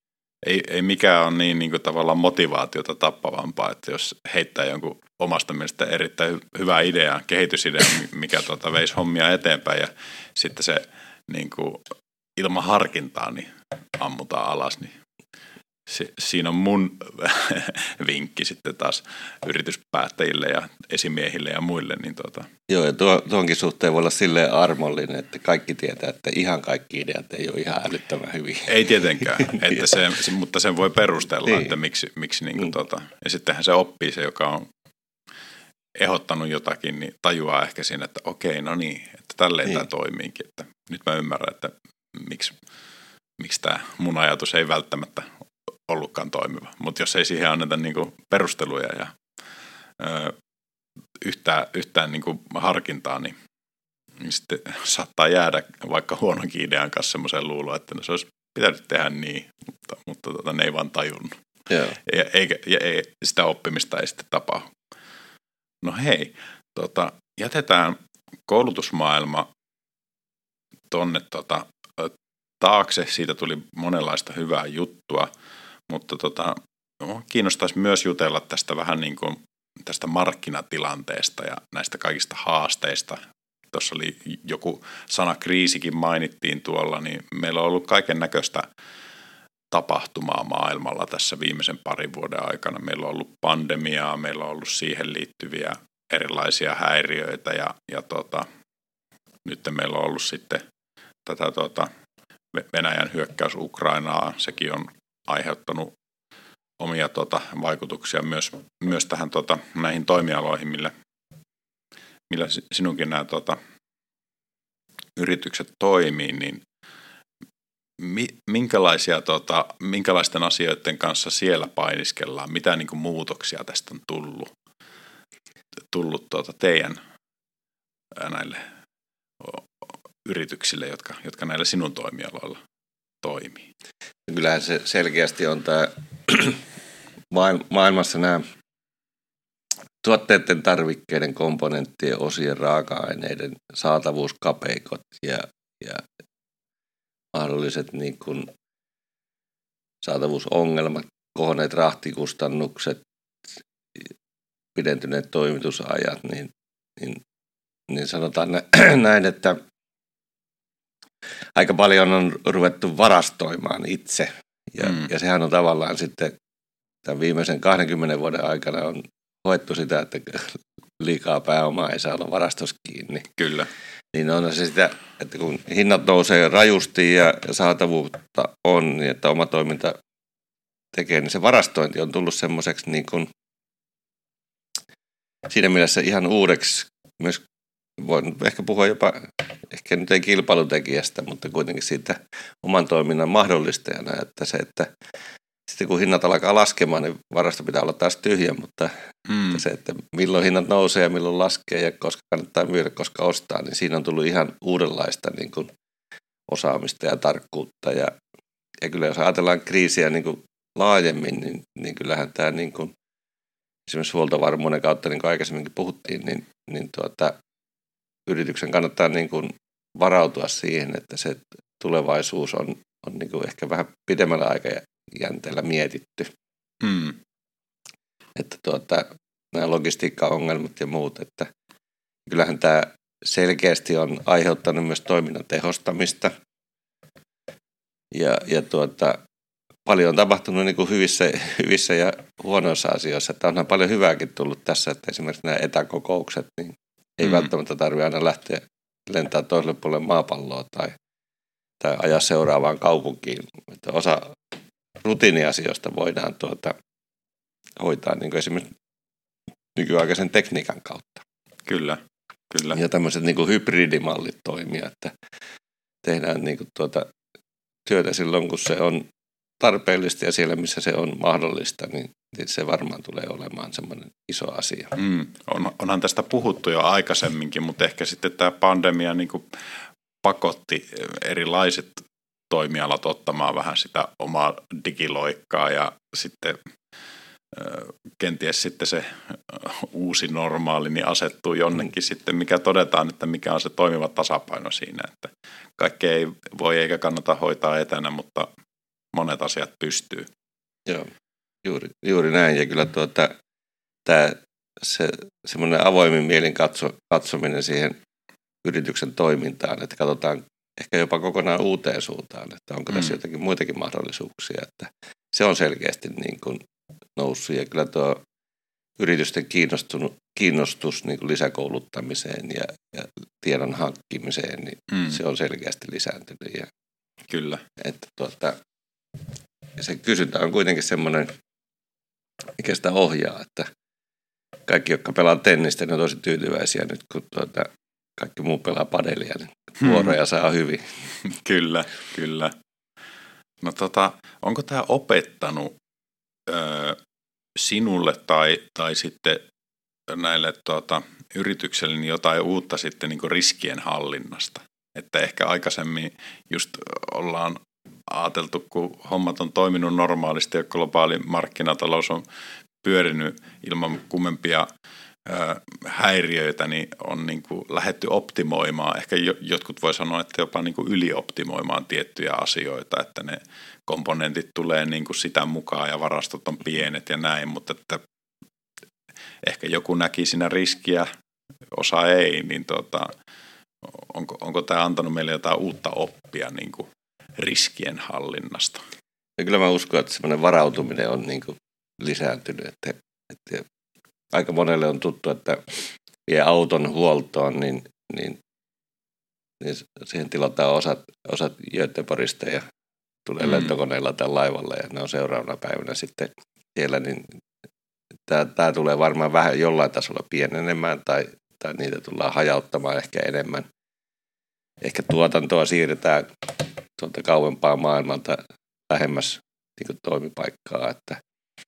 ei, ei mikään ole niin, niin kuin tavallaan motivaatiota tappavampaa, että jos heittää jonkun omasta mielestä erittäin hy- hyvää ideaa, kehitysidea, mikä tuota, veisi hommia eteenpäin ja sitten se niin kuin, ilman harkintaa niin ammutaan alas, niin si- siinä on mun vinkki sitten taas yrityspäättäjille ja esimiehille ja muille. Niin tuota. Joo, ja tuo, tuonkin suhteen voi olla silleen armollinen, että kaikki tietää, että ihan kaikki ideat ei ole ihan älyttömän hyviä. Ei tietenkään, että se, se, mutta sen voi perustella, niin. Että miksi, miksi niin kuin, mm. tuota, ja sittenhän se oppii se, joka on ehdottanut jotakin, niin tajuaa ehkä siinä, että okei, no niin, että tälleen niin. Tämä toimiikin, että nyt mä ymmärrän, että miksi, miksi tämä mun ajatus ei välttämättä ollutkaan toimiva, mutta jos ei siihen anneta niin kuin perusteluja ja ö, yhtään, yhtään niin kuin harkintaa, niin, niin sitten saattaa jäädä vaikka huononkin idean kanssa semmoiseen luuloon, että no, se olisi pitänyt tehdä niin, mutta, mutta tota, ne ei vaan tajunnut. Yeah. Ja, eikä, ja ei, sitä oppimista ei sitten tapahdu. No hei, tota, jätetään koulutusmaailma tonne tota, taakse. Siitä tuli monenlaista hyvää juttua, mutta tota, kiinnostaisi myös jutella tästä vähän niin kuin tästä markkinatilanteesta ja näistä kaikista haasteista. Tuossa oli joku sana kriisikin mainittiin tuolla, niin meillä on ollut kaiken näköistä tapahtumaa maailmalla tässä viimeisen parin vuoden aikana. Meillä on ollut pandemiaa, meillä on ollut siihen liittyviä erilaisia häiriöitä ja, ja tota, nyt meillä on ollut sitten tätä tota, Venäjän hyökkäys Ukrainaa. Sekin on aiheuttanut omia tota, vaikutuksia myös, myös tähän tota, näihin toimialoihin, millä, millä sinunkin nämä tota, yritykset toimii, niin minkälaisia, tota, minkälaisten asioiden kanssa siellä painiskellaan? Mitä niin kuin muutoksia tästä on tullut, tullut tuota, teidän näille yrityksille, jotka, jotka näillä sinun toimialoilla toimii? Kyllähän se selkeästi on tämä maailmassa nämä tuotteiden, tarvikkeiden, komponenttien, osien, raaka-aineiden saatavuuskapeikot ja, ja mahdolliset niin kuin saatavuusongelmat, kohonneet rahtikustannukset, pidentyneet toimitusajat, niin, niin, niin sanotaan näin, että aika paljon on ruvettu varastoimaan itse. Ja, mm. ja sehän on tavallaan sitten tämän viimeisen kahdenkymmenen vuoden aikana on hoettu sitä, että liikaa pääomaa ei saa olla varastossa kiinni. Kyllä. Niin on se sitä, että kun hinnat nousee rajusti ja saatavuutta on, niin että oma toiminta tekee, niin se varastointi on tullut semmoiseksi niin kuin siinä mielessä ihan uudeksi, myös voin ehkä puhua jopa, ehkä nyt ei kilpailutekijästä, mutta kuitenkin siitä oman toiminnan mahdollistajana, että se, että sitten kun hinnat alkaa laskemaan, niin varasto pitää olla taas tyhjä, mutta mm. että se, että milloin hinnat nousee ja milloin laskee ja koska kannattaa myydä, koska ostaa, niin siinä on tullut ihan uudenlaista niin kuin osaamista ja tarkkuutta. Ja, ja kyllä jos ajatellaan kriisiä niin kuin laajemmin, niin, niin kyllähän tämä niin kuin, esimerkiksi huoltovarmuuden kautta, niin kuin aikaisemminkin puhuttiin, niin, niin tuota, yrityksen kannattaa niin kuin varautua siihen, että se tulevaisuus on, on niin kuin ehkä vähän pidemmällä aikajänteellä mietitty. Mm. Että tuota, nämä logistiikkaongelmat ja muut, että kyllähän tämä selkeästi on aiheuttanut myös toiminnan tehostamista. Ja, ja tuota, paljon on tapahtunut niin kuin hyvissä, hyvissä ja huonoissa asioissa. Että onhan paljon hyvääkin tullut tässä, että esimerkiksi nämä etäkokoukset, niin ei mm. välttämättä tarvitse aina lähteä lentää toiselle puolelle maapalloa tai, tai ajaa seuraavaan kaupunkiin. Että osa rutiiniasioista voidaan tuota, hoitaa niin kuin esimerkiksi nykyaikaisen tekniikan kautta. Kyllä, kyllä. Ja tämmöiset niin kuin hybridimallit toimia, että tehdään niin kuin tuota työtä silloin, kun se on tarpeellista ja siellä, missä se on mahdollista, niin se varmaan tulee olemaan semmoinen iso asia. Mm, on, onhan tästä puhuttu jo aikaisemminkin, mutta ehkä sitten tämä pandemia niin kuin pakotti erilaiset toimialat ottamaan vähän sitä omaa digiloikkaa ja sitten kenties sitten se uusi normaali niin asettuu jonnekin mm. sitten, mikä todetaan, että mikä on se toimiva tasapaino siinä, että kaikkea ei voi eikä kannata hoitaa etänä, mutta monet asiat pystyy. Joo, juuri, juuri näin. Ja kyllä tuota, tämä, se, semmoinen avoimin mielin katso, katsominen siihen yrityksen toimintaan, että katsotaan ehkä jopa kokonaan uuteen suuntaan, että onko tässä mm. jotakin muitakin mahdollisuuksia, että se on selkeästi niin kuin noussut. Ja kyllä tuo yritysten kiinnostus niin kuin lisäkouluttamiseen ja, ja tiedon hankkimiseen, niin mm. se on selkeästi lisääntynyt. Ja, kyllä. Että tuota, se kysyntä on kuitenkin semmoinen, mikä sitä ohjaa, että kaikki, jotka pelaa tennistä, ne on tosi tyytyväisiä nyt, kun tuota, kaikki muu pelaa padelia, niin vuoroja hmm. saa hyvin. Kyllä, kyllä. No tota, onko tämä opettanut ö, sinulle tai, tai sitten näille tuota, yrityksille niin jotain uutta sitten niin kuin riskien hallinnasta? Että ehkä aikaisemmin just ollaan ajateltu, kun hommat on toiminut normaalisti ja globaali markkinatalous on pyörinyt ilman kummempia ö, häiriöitä, niin on niin kuin lähdetty optimoimaan. Ehkä jotkut voi sanoa, että jopa niin kuin ylioptimoimaan tiettyjä asioita, että ne komponentit tulee niin kuin sitä mukaan ja varastot on pienet ja näin, mutta että ehkä joku näki siinä riskiä, osa ei, niin tota, onko, onko tämä antanut meille jotain uutta oppia niin kuin riskien hallinnasta? Ja kyllä mä uskon, että semmoinen varautuminen on niin kuin lisääntynyt, että, että aika monelle on tuttu, että vie auton huoltoon, niin, niin, niin siihen tilataan osat, osat Göteborgista ja tulee mm. lentokoneella tai laivalla ja ne on seuraavana päivänä sitten siellä, niin tämä, tämä tulee varmaan vähän jollain tasolla pienenemään tai, tai niitä tullaan hajauttamaan ehkä enemmän. Ehkä tuotantoa siirretään tuolta kauempaa maailmalta lähemmäs niin kuin toimipaikkaa, että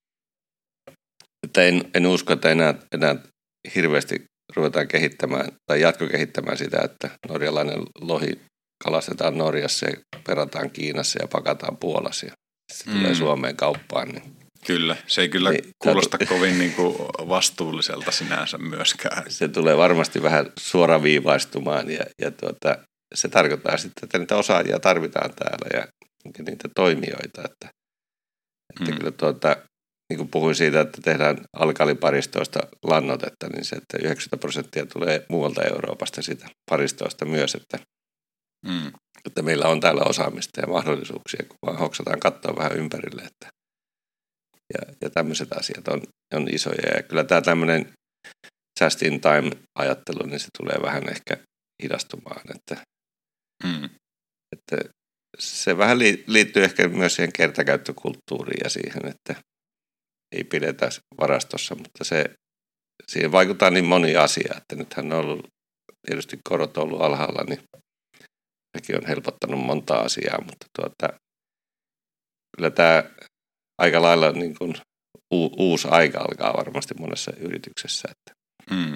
Että en, en usko, että enää, enää hirveästi ruvetaan kehittämään tai jatkokehittämään sitä, että norjalainen lohi kalastetaan Norjassa ja perataan Kiinassa ja pakataan Puolassa ja se mm. tulee Suomeen kauppaan. Niin. Kyllä, se ei kyllä niin, kuulosta t- kovin niin kuin vastuulliselta sinänsä myöskään. Se tulee varmasti vähän suoraviivaistumaan ja, ja tuota, se tarkoittaa sitten, että niitä osaajia tarvitaan täällä ja niitä toimijoita. Että, että mm. kyllä tuota, niin kuin puhuin siitä, että tehdään alkaliparistoista lannotetta, niin se, että yhdeksänkymmentä prosenttia tulee muualta Euroopasta siitä paristoista myös, että, mm. että meillä on täällä osaamista ja mahdollisuuksia, kun vaan hoksataan katsoa vähän ympärille. Että, ja, ja tämmöiset asiat on, on isoja. Ja kyllä tämä tämmöinen just in time-ajattelu, niin se tulee vähän ehkä hidastumaan. Että, mm. että se vähän liittyy ehkä myös siihen kertakäyttökulttuuriin ja siihen, että ei pidetä varastossa, mutta se, siihen vaikuttaa niin moni asia, että nythän on ollut, tietysti korot on ollut alhaalla, niin sekin on helpottanut monta asiaa, mutta tuota, kyllä tämä aika lailla niin kuin u, uusi aika alkaa varmasti monessa yrityksessä, että, mm.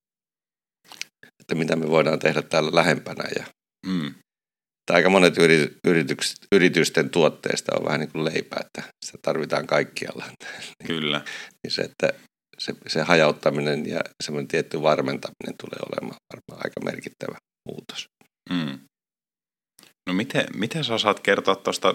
että mitä me voidaan tehdä täällä lähempänä ja mm. aika monet yritykset, yritysten tuotteista on vähän niin kuin leipä, että sitä tarvitaan kaikkialla. Kyllä. Niin se, että se, se hajauttaminen ja semmoinen tietty varmentaminen tulee olemaan varmaan aika merkittävä muutos. Mm. No miten, miten sä osaat kertoa tuosta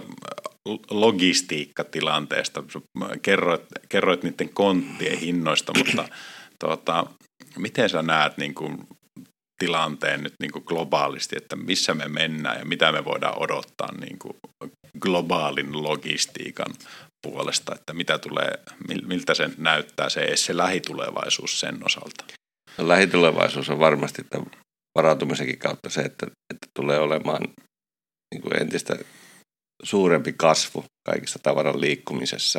logistiikkatilanteesta? Kerroit, kerroit niiden konttien hinnoista, mutta tuota, miten sä näet niin kuin tilanteen nyt niin kuin globaalisti, että missä me mennään ja mitä me voidaan odottaa niin kuin globaalin logistiikan puolesta, että mitä tulee, miltä se näyttää se, se lähitulevaisuus sen osalta? No, lähitulevaisuus on varmasti tämän varautumisenkin kautta se, että, että tulee olemaan niin kuin entistä suurempi kasvu kaikissa tavaran liikkumisessa.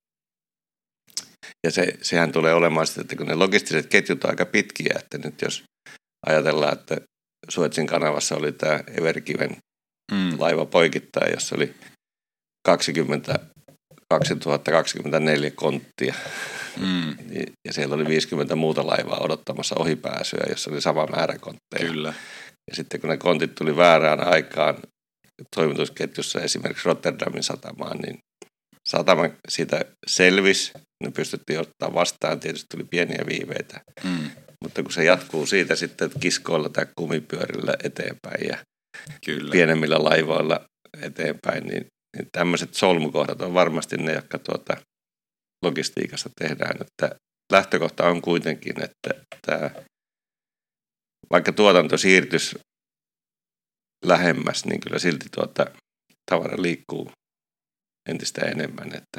Ja se, sehän tulee olemaan sitten, että kun ne logistiset ketjut on aika pitkiä, että nyt jos ajatellaan, että Suezin kanavassa oli tämä Everkiven mm. laiva poikittain, jossa oli kaksikymmentä, kaksituhattakaksikymmentäneljä konttia. Mm. Ja siellä oli viisikymmentä muuta laivaa odottamassa ohipääsyä, jossa oli sama määrä kontteja. Kyllä. Ja sitten kun ne kontit tuli väärään aikaan toimitusketjussa esimerkiksi Rotterdamin satamaan, niin satama siitä selvisi. Ne pystyttiin ottaa vastaan. Tietysti tuli pieniä viiveitä. Mm. Mutta kun se jatkuu siitä sitten kiskoilla tai kumipyörillä eteenpäin ja Kyllä. pienemmillä laivoilla eteenpäin, niin niin tämmöiset solmukohdat on varmasti ne, jotka tuota logistiikassa tehdään. Että lähtökohta on kuitenkin, että tämä, vaikka tuotanto siirtyisi lähemmäs, niin kyllä silti tuota tavara liikkuu entistä enemmän. Että,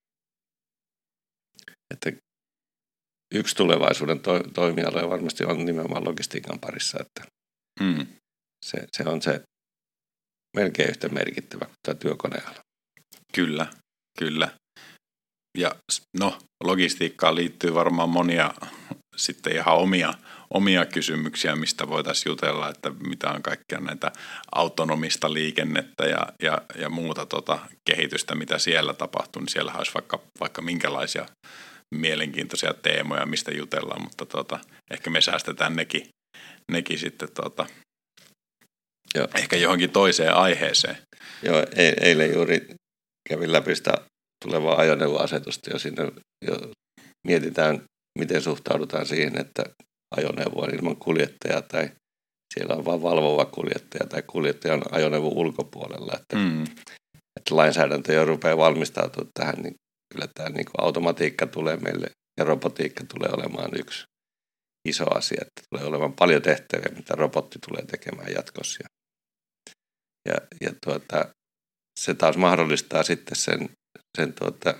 että yksi tulevaisuuden to, toimiala varmasti on nimenomaan logistiikan parissa, että mm. se, se on se melkein yhtä merkittävä kuin tämä työkoneala. Kyllä, kyllä. Ja no, logistiikkaan liittyy varmaan monia sitten ihan omia, omia kysymyksiä, mistä voitaisiin jutella, että mitä on kaikkea näitä autonomista liikennettä ja, ja, ja muuta tota kehitystä, mitä siellä tapahtuu, niin siellä olisi vaikka, vaikka minkälaisia mielenkiintoisia teemoja, mistä jutellaan, mutta tota, ehkä me säästetään nekin, nekin sitten tota, Joo. ehkä johonkin toiseen aiheeseen. Joo, eilen juuri kävin läpi sitä tulevaa ajoneuvoasetusta ja siinä jo mietitään, miten suhtaudutaan siihen, että ajoneuvo on ilman kuljettajaa tai siellä on vain valvova kuljettaja tai kuljettaja on ajoneuvon ulkopuolella. Että, mm. että lainsäädäntö jo rupeaa valmistautumaan tähän, niin kyllä tämä niin kuin automatiikka tulee meille ja robotiikka tulee olemaan yksi iso asia, että tulee olemaan paljon tehtäviä, mitä robotti tulee tekemään jatkossa. Ja, ja tuota, se taas mahdollistaa sitten sen, sen tuota,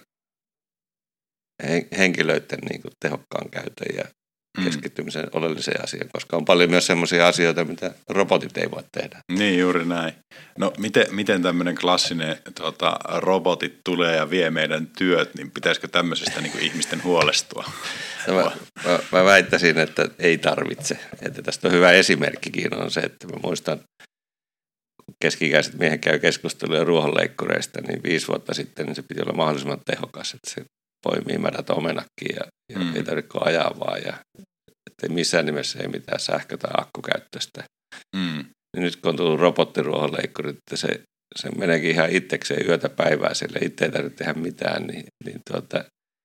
henkilöiden niin kuin tehokkaan käytön ja keskittymisen mm. oleelliseen asiaan, koska on paljon myös sellaisia asioita, mitä robotit ei voi tehdä. Niin, juuri näin. No, miten, miten tämmöinen klassinen tuota, robotit tulee ja vie meidän työt, niin pitäisikö tämmöisestä niin kuin ihmisten huolestua? No, mä, mä, mä väittäisin, että ei tarvitse. Että tästä on hyvä esimerkkikin on se, että mä muistan, keski-ikäiset miehen käy keskustelua ruohonleikkureista, niin viisi vuotta sitten niin se piti olla mahdollisimman tehokas, että se poimii mädät omenakkiin ja, ja mm. ei tarvitse ajaa vaan. Ja, että missään nimessä ei mitään sähkö- tai akkukäyttöstä. Mm. Niin nyt kun on tullut robottiruohonleikkuri, että se, se meneekin ihan itsekseen yötä päivää sille, itse ei tarvitse tehdä mitään, niin, niin tuota,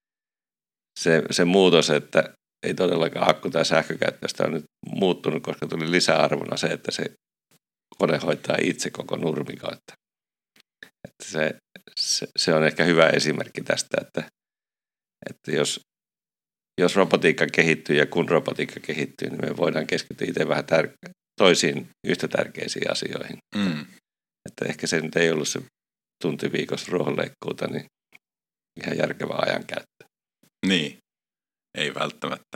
se, se muutos, että ei todellakaan akku- tai sähkökäyttöstä on nyt muuttunut, koska tuli lisäarvona se, että se kone hoitaa itse koko nurmikon. Että, että se, se, se on ehkä hyvä esimerkki tästä, että, että jos, jos robotiikka kehittyy ja kun robotiikka kehittyy, niin me voidaan keskittyä itse vähän tär- toisiin yhtä tärkeisiin asioihin. Mm. Että ehkä se nyt ei ollut se tunti viikossa ruohonleikkuuta, niin ihan järkevä ajankäyttö. Niin, ei välttämättä.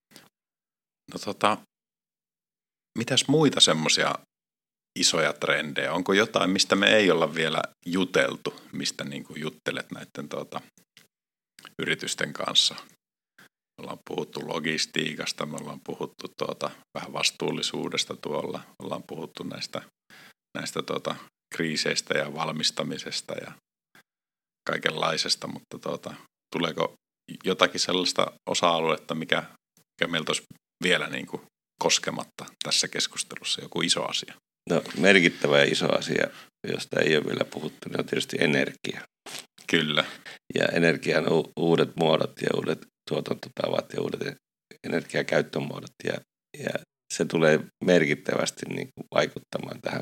No tota, mitäs muita semmoisia isoja trendejä? Onko jotain, mistä me ei olla vielä juteltu, mistä niin kuin juttelet näiden tuota, yritysten kanssa? Me ollaan puhuttu logistiikasta, me ollaan puhuttu tuota, vähän vastuullisuudesta tuolla, ollaan puhuttu näistä, näistä tuota, kriiseistä ja valmistamisesta ja kaikenlaisesta, mutta tuota, tuleeko jotakin sellaista osa-aluetta, mikä, mikä meiltä olisi vielä niin kuin koskematta tässä keskustelussa, joku iso asia? No, merkittävä ja iso asia, josta ei ole vielä puhuttu, niin on tietysti energia. Kyllä. Ja energian u- uudet muodot ja uudet tuotantotavat ja uudet energiakäyttömuodot. Ja, ja se tulee merkittävästi niin kuin vaikuttamaan tähän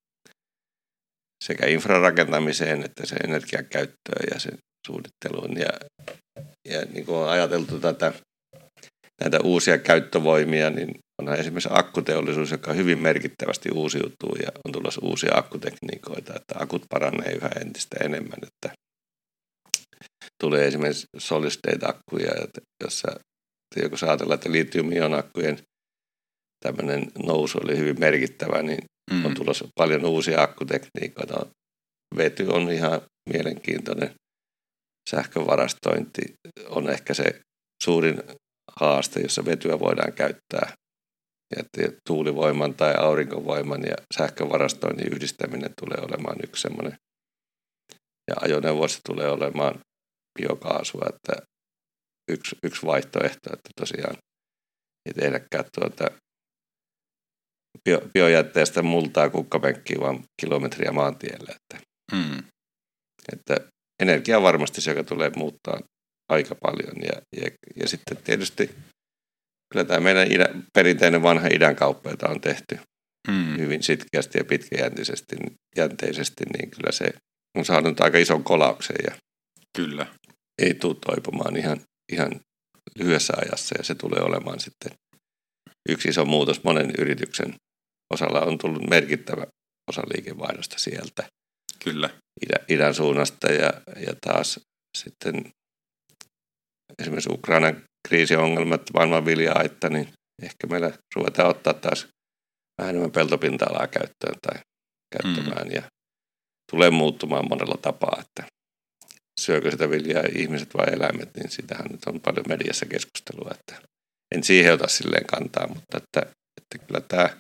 sekä infrarakentamiseen että se energiakäyttöön ja sen suunnitteluun. Ja, ja niin kuin on ajateltu tätä, näitä uusia käyttövoimia, niin onhan esimerkiksi akkuteollisuus, joka hyvin merkittävästi uusiutuu ja on tulossa uusia akkutekniikoita, että akut paranee yhä entistä enemmän. Että tulee esimerkiksi solid state-akkuja, jossa jos ajatellaan, että litium-ion-akkujen tämmöinen nousu oli hyvin merkittävä, niin mm. on tulossa paljon uusia akkutekniikoita. Vety on ihan mielenkiintoinen. Sähkövarastointi on ehkä se suurin haaste, jossa vetyä voidaan käyttää. Ja tuulivoiman tai aurinkovoiman ja sähkövarastoinnin yhdistäminen tulee olemaan yksi semmoinen. Ja ajoneuvoissa tulee olemaan biokaasua, että yksi, yksi vaihtoehto, että tosiaan ei tehdäkään tuota bio, biojätteestä multaa kukkapenkkiä, vaan kilometriä maantielle. Että, hmm. että energia varmasti se, joka tulee muuttaa aika paljon. Ja, ja, ja sitten tietysti kyllä tämä meidän idän, perinteinen vanha idänkauppa, jota on tehty hmm. hyvin sitkeästi ja pitkäjänteisesti, jänteisesti, niin kyllä se on saanut aika ison kolauksen ja Kyllä. ei tule toipumaan ihan, ihan lyhyessä ajassa ja se tulee olemaan sitten yksi iso muutos monen yrityksen osalla on tullut merkittävä osa liikevaihdosta sieltä. Kyllä. Idän, idän suunnasta ja, ja taas sitten esimerkiksi Ukrainan kriisiongelmat, maailman vilja-aitta, niin ehkä meillä ruvetaan ottaa taas vähän enemmän peltopinta-alaa käyttöön tai käyttämään mm. ja tulee muuttumaan monella tapaa, että syökö sitä viljaa ihmiset vai eläimet, niin sitähän nyt on paljon mediassa keskustelua, että en siihen ota silleen kantaa, mutta että, että kyllä tämä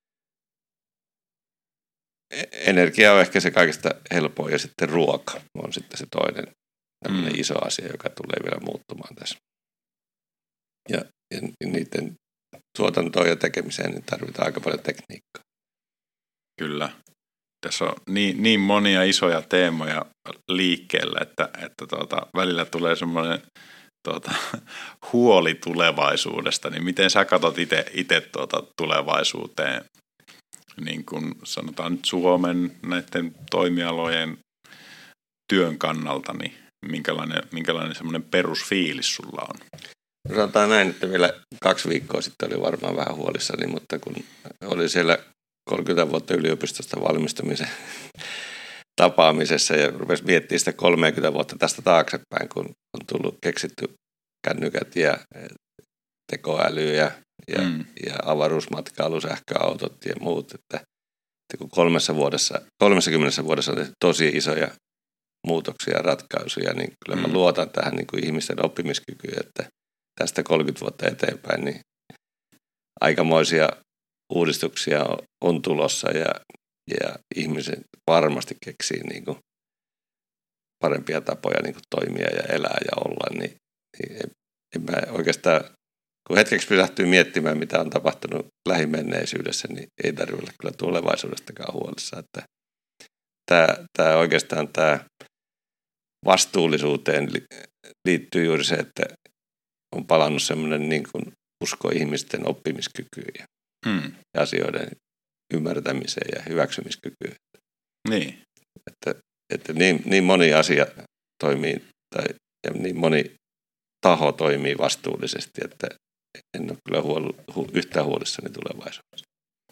energia on ehkä se kaikista helpoin ja sitten ruoka on sitten se toinen tämmöinen mm. iso asia, joka tulee vielä muuttumaan tässä. Ja, ja niiden tuotantoon ja tekemiseen niin tarvitaan aika paljon tekniikkaa. Kyllä. Tässä on niin, niin monia isoja teemoja liikkeellä, että, että tuota, välillä tulee semmoinen tuota, huoli tulevaisuudesta. Niin miten sä katsot itse tuota, tulevaisuuteen, niin kuin sanotaan nyt Suomen näiden toimialojen työn kannalta, niin minkälainen, minkälainen semmoinen perusfiilis sulla on? Sanotaan näin, että vielä kaksi viikkoa sitten oli varmaan vähän huolissani, mutta kun oli siellä kolmekymmentä vuotta yliopistosta valmistumisen tapaamisessa ja rupesi miettimään sitä kolmekymmentä vuotta tästä taaksepäin, kun on tullut keksitty kännykät ja tekoäly ja, ja, mm. ja avaruusmatkailu, sähköautot ja muut, että, että kun kolmessa vuodessa, kolmessakymmenessä vuodessa on tehty tosi isoja muutoksia ja ratkaisuja, niin kyllä mä mm. luotan tähän niin kuin ihmisten oppimiskykyyn, että tästä kolmekymmentä vuotta eteenpäin niin aikamoisia uudistuksia on tulossa ja, ja ihmiset varmasti keksii niin kuin parempia tapoja niin kuin toimia ja elää ja olla, niin, niin en, en mä oikeastaan, kun hetkeksi pysähtyy miettimään, mitä on tapahtunut lähimenneisyydessä, niin ei tarvitse olla kyllä tulevaisuudestakaan huolissa, että tämä, tämä oikeastaan tämä vastuullisuuteen liittyy juuri se, että on palannut semmoinen niin kuin usko ihmisten oppimiskykyyn ja hmm. asioiden ymmärtämiseen ja hyväksymiskykyyn. Niin. Että, että niin, niin moni asia toimii tai ja niin moni taho toimii vastuullisesti, että en ole kyllä huol, hu, yhtään huolissani tulevaisuudessa.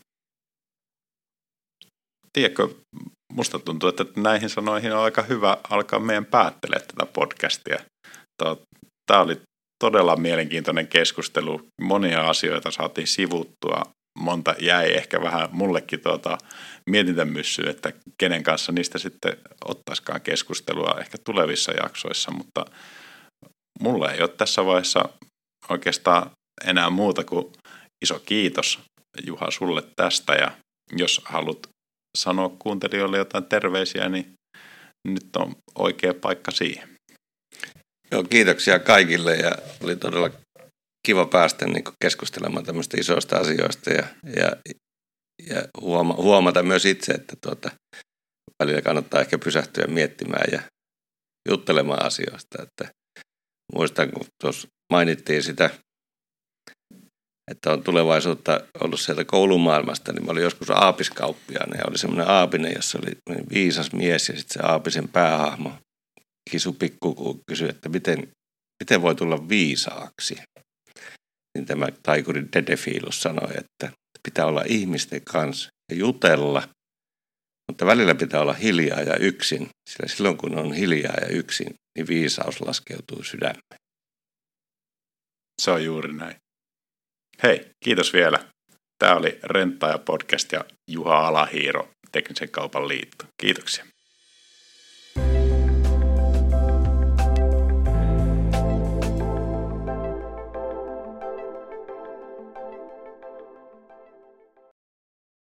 Tiedätkö, musta tuntuu, että näihin sanoihin on aika hyvä alkaa meidän päättelemään tätä podcastia. Tämä oli todella mielenkiintoinen keskustelu. Monia asioita saatiin sivuttua. Monta jäi ehkä vähän mullekin tuota mietintämyssyä, että kenen kanssa niistä sitten ottaisikaan keskustelua ehkä tulevissa jaksoissa, mutta mulla ei ole tässä vaiheessa oikeastaan enää muuta kuin iso kiitos Juha sulle tästä, ja jos haluat sanoa kuuntelijoille jotain terveisiä, niin nyt on oikea paikka siihen. Joo, kiitoksia kaikille ja oli todella kiva päästä niin kuin keskustelemaan tämmöistä isoista asioista ja, ja, ja huoma, huomata myös itse, että tuota, välillä kannattaa ehkä pysähtyä miettimään ja juttelemaan asioista. Että muistan, kun tuossa mainittiin sitä, että on tulevaisuutta ollut sieltä koulumaailmasta, niin mä olin joskus aapiskauppiaana ja oli semmoinen aapinen, jossa oli viisas mies ja sitten se aapisen päähahmo Kisu Pikku kysyi, että miten, miten voi tulla viisaaksi. Niin tämä taikuri Dedefilus sanoi, että pitää olla ihmisten kanssa ja jutella, mutta välillä pitää olla hiljaa ja yksin, sillä silloin kun on hiljaa ja yksin, niin viisaus laskeutuu sydämeen. Se on juuri näin. Hei, kiitos vielä. Tämä oli Renttaaja podcast ja Juha Alahiiro, Teknisen kaupan liitto. Kiitoksia.